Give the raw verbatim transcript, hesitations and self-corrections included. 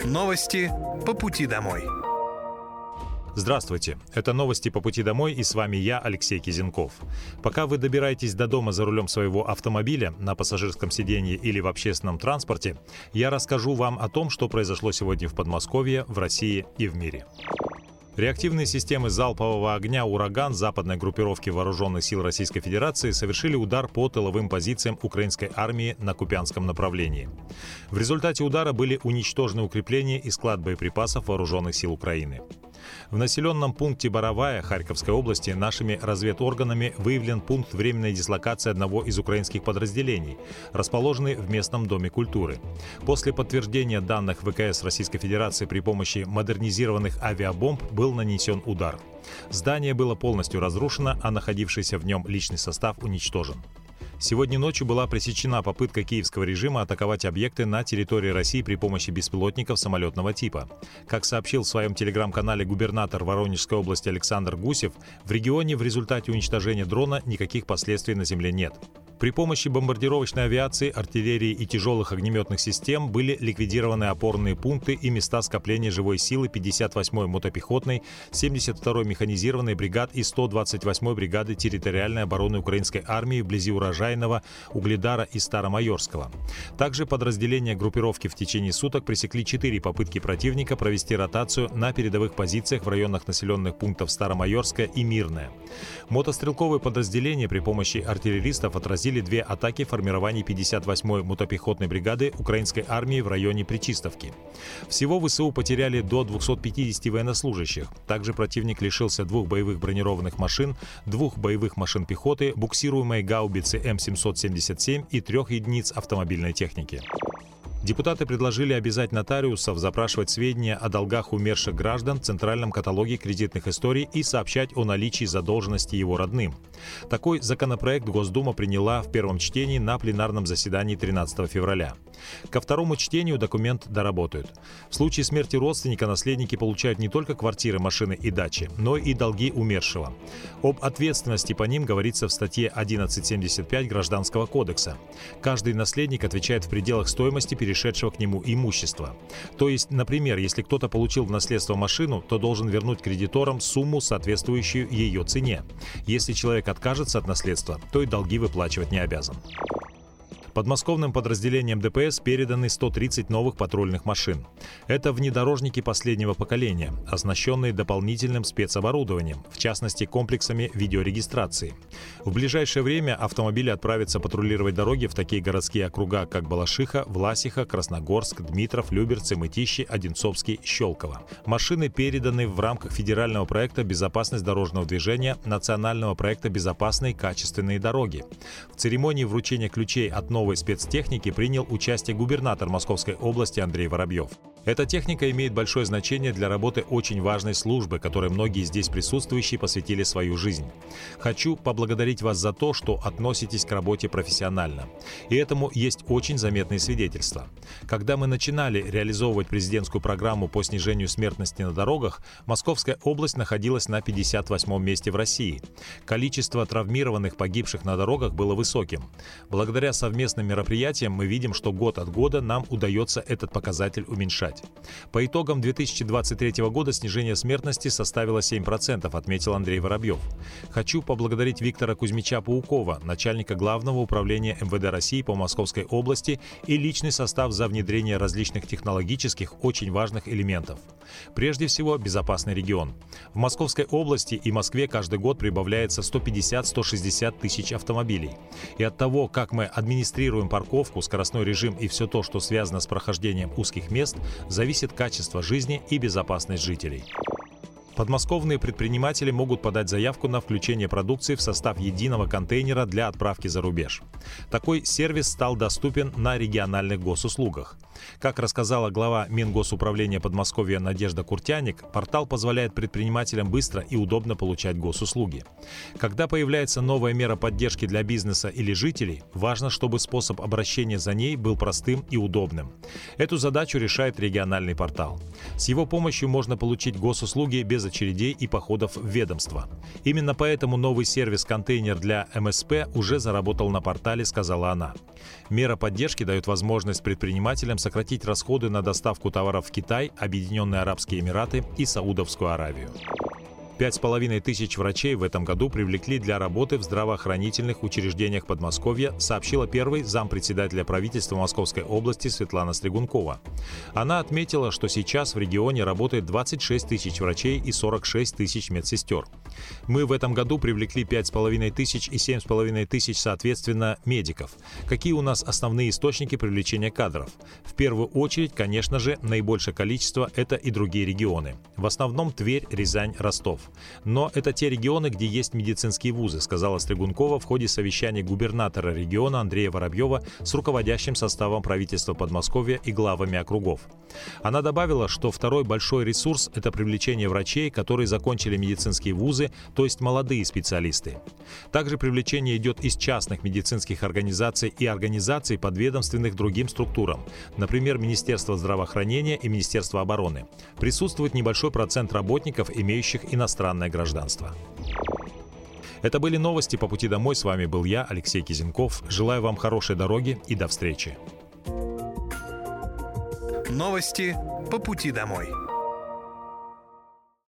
Новости по пути домой. Здравствуйте, это новости по пути домой, и с вами я, Алексей Кизенков. Пока вы добираетесь до дома за рулем своего автомобиля, на пассажирском сидении или в общественном транспорте, я расскажу вам о том, что произошло сегодня в Подмосковье, в России и в мире. Реактивные системы залпового огня «Ураган» западной группировки Вооруженных сил Российской Федерации совершили удар по тыловым позициям украинской армии на Купянском направлении. В результате удара были уничтожены укрепления и склад боеприпасов Вооруженных сил Украины. В населенном пункте Боровая Харьковской области нашими разведорганами выявлен пункт временной дислокации одного из украинских подразделений, расположенный в местном доме культуры. После подтверждения данных ВКС Российской Федерации при помощи модернизированных авиабомб был нанесен удар. Здание было полностью разрушено, а находившийся в нем личный состав уничтожен. Сегодня ночью была пресечена попытка киевского режима атаковать объекты на территории России при помощи беспилотников самолетного типа. Как сообщил в своем телеграм-канале губернатор Воронежской области Александр Гусев, в регионе в результате уничтожения дрона никаких последствий на земле нет. При помощи бомбардировочной авиации, артиллерии и тяжелых огнеметных систем были ликвидированы опорные пункты и места скопления живой силы пятьдесят восьмой мотопехотной, семьдесят второй механизированной бригад и сто двадцать восьмой бригады территориальной обороны украинской армии вблизи Урожайного, Угледара и Старомайорского. Также подразделения группировки в течение суток пресекли четыре попытки противника провести ротацию на передовых позициях в районах населенных пунктов Старомайорская и Мирная. Мотострелковые подразделения при помощи артиллеристов отразили две атаки формирований пятьдесят восьмой мотопехотной бригады украинской армии в районе Причистовки. Всего ВСУ потеряли до двухсот пятидесяти военнослужащих. Также противник лишился двух боевых бронированных машин, двух боевых машин пехоты, буксируемой гаубицы М семьсот семьдесят семь и трех единиц автомобильной техники. Депутаты предложили обязать нотариусов запрашивать сведения о долгах умерших граждан в Центральном каталоге кредитных историй и сообщать о наличии задолженности его родным. Такой законопроект Госдума приняла в первом чтении на пленарном заседании тринадцатого февраля. Ко второму чтению документ доработают. В случае смерти родственника наследники получают не только квартиры, машины и дачи, но и долги умершего. Об ответственности по ним говорится в статье одиннадцать семьдесят пять Гражданского кодекса. Каждый наследник отвечает в пределах стоимости перешедшего к нему имущества. То есть, например, если кто-то получил в наследство машину, то должен вернуть кредиторам сумму, соответствующую ее цене. Если человек откажется от наследства, то и долги выплачивать не обязан. Подмосковным подразделениям ДПС переданы сто тридцать новых патрульных машин. Это внедорожники последнего поколения, оснащенные дополнительным спецоборудованием, в частности комплексами видеорегистрации. В ближайшее время автомобили отправятся патрулировать дороги в такие городские округа, как Балашиха, Власиха, Красногорск, Дмитров, Люберцы, Мытищи, Одинцовский, Щелково. Машины переданы в рамках федерального проекта «Безопасность дорожного движения» национального проекта «Безопасные качественные дороги». В церемонии вручения ключей от новых новой спецтехники принял участие губернатор Московской области Андрей Воробьев. Эта техника имеет большое значение для работы очень важной службы, которой многие здесь присутствующие посвятили свою жизнь. Хочу поблагодарить вас за то, что относитесь к работе профессионально. И этому есть очень заметные свидетельства. Когда мы начинали реализовывать президентскую программу по снижению смертности на дорогах, Московская область находилась на пятьдесят восьмом месте в России. Количество травмированных, погибших на дорогах было высоким. Благодаря совместным мероприятиям мы видим, что год от года нам удается этот показатель уменьшать. По итогам две тысячи двадцать третьего года снижение смертности составило семь процентов, отметил Андрей Воробьев. Хочу поблагодарить Виктора Кузьмича-Паукова, начальника Главного управления эм вэ дэ России по Московской области, и личный состав за внедрение различных технологических очень важных элементов. Прежде всего, безопасный регион. В Московской области и Москве каждый год прибавляется сто пятьдесят - сто шестьдесят тысяч автомобилей. И от того, как мы администрируем парковку, скоростной режим и все то, что связано с прохождением узких мест, зависит качество жизни и безопасность жителей. Подмосковные предприниматели могут подать заявку на включение продукции в состав единого контейнера для отправки за рубеж. Такой сервис стал доступен на региональных госуслугах. Как рассказала глава Мингосуправления Подмосковья Надежда Куртяник, портал позволяет предпринимателям быстро и удобно получать госуслуги. Когда появляется новая мера поддержки для бизнеса или жителей, важно, чтобы способ обращения за ней был простым и удобным. Эту задачу решает региональный портал. С его помощью можно получить госуслуги без очередей и походов в ведомство. Именно поэтому новый сервис-контейнер для эм эс пэ уже заработал на портале, сказала она. Мера поддержки дает возможность предпринимателям сократить расходы на доставку товаров в Китай, Объединенные Арабские Эмираты и Саудовскую Аравию. Пять с половиной тысяч врачей в этом году привлекли для работы в здравоохранительных учреждениях Подмосковья, сообщила первый зампредседателя правительства Московской области Светлана Стригункова. Она отметила, что сейчас в регионе работает двадцать шесть тысяч врачей и сорок шесть тысяч медсестер. Мы в этом году привлекли пять с половиной тысяч и семь с половиной тысяч, соответственно, медиков. Какие у нас основные источники привлечения кадров? В первую очередь, конечно же, наибольшее количество – это и другие регионы. В основном Тверь, Рязань, Ростов. Но это те регионы, где есть медицинские вузы, сказала Стригункова в ходе совещания губернатора региона Андрея Воробьева с руководящим составом правительства Подмосковья и главами округов. Она добавила, что второй большой ресурс – это привлечение врачей, которые закончили медицинские вузы, то есть молодые специалисты. Также привлечение идет из частных медицинских организаций и организаций, подведомственных другим структурам, например, Министерство здравоохранения и Министерство обороны. Присутствует небольшой процент работников, имеющих иностранное гражданство. Это были новости по пути домой. С вами был я, Алексей Кизенков. Желаю вам хорошей дороги и до встречи. Новости по пути домой.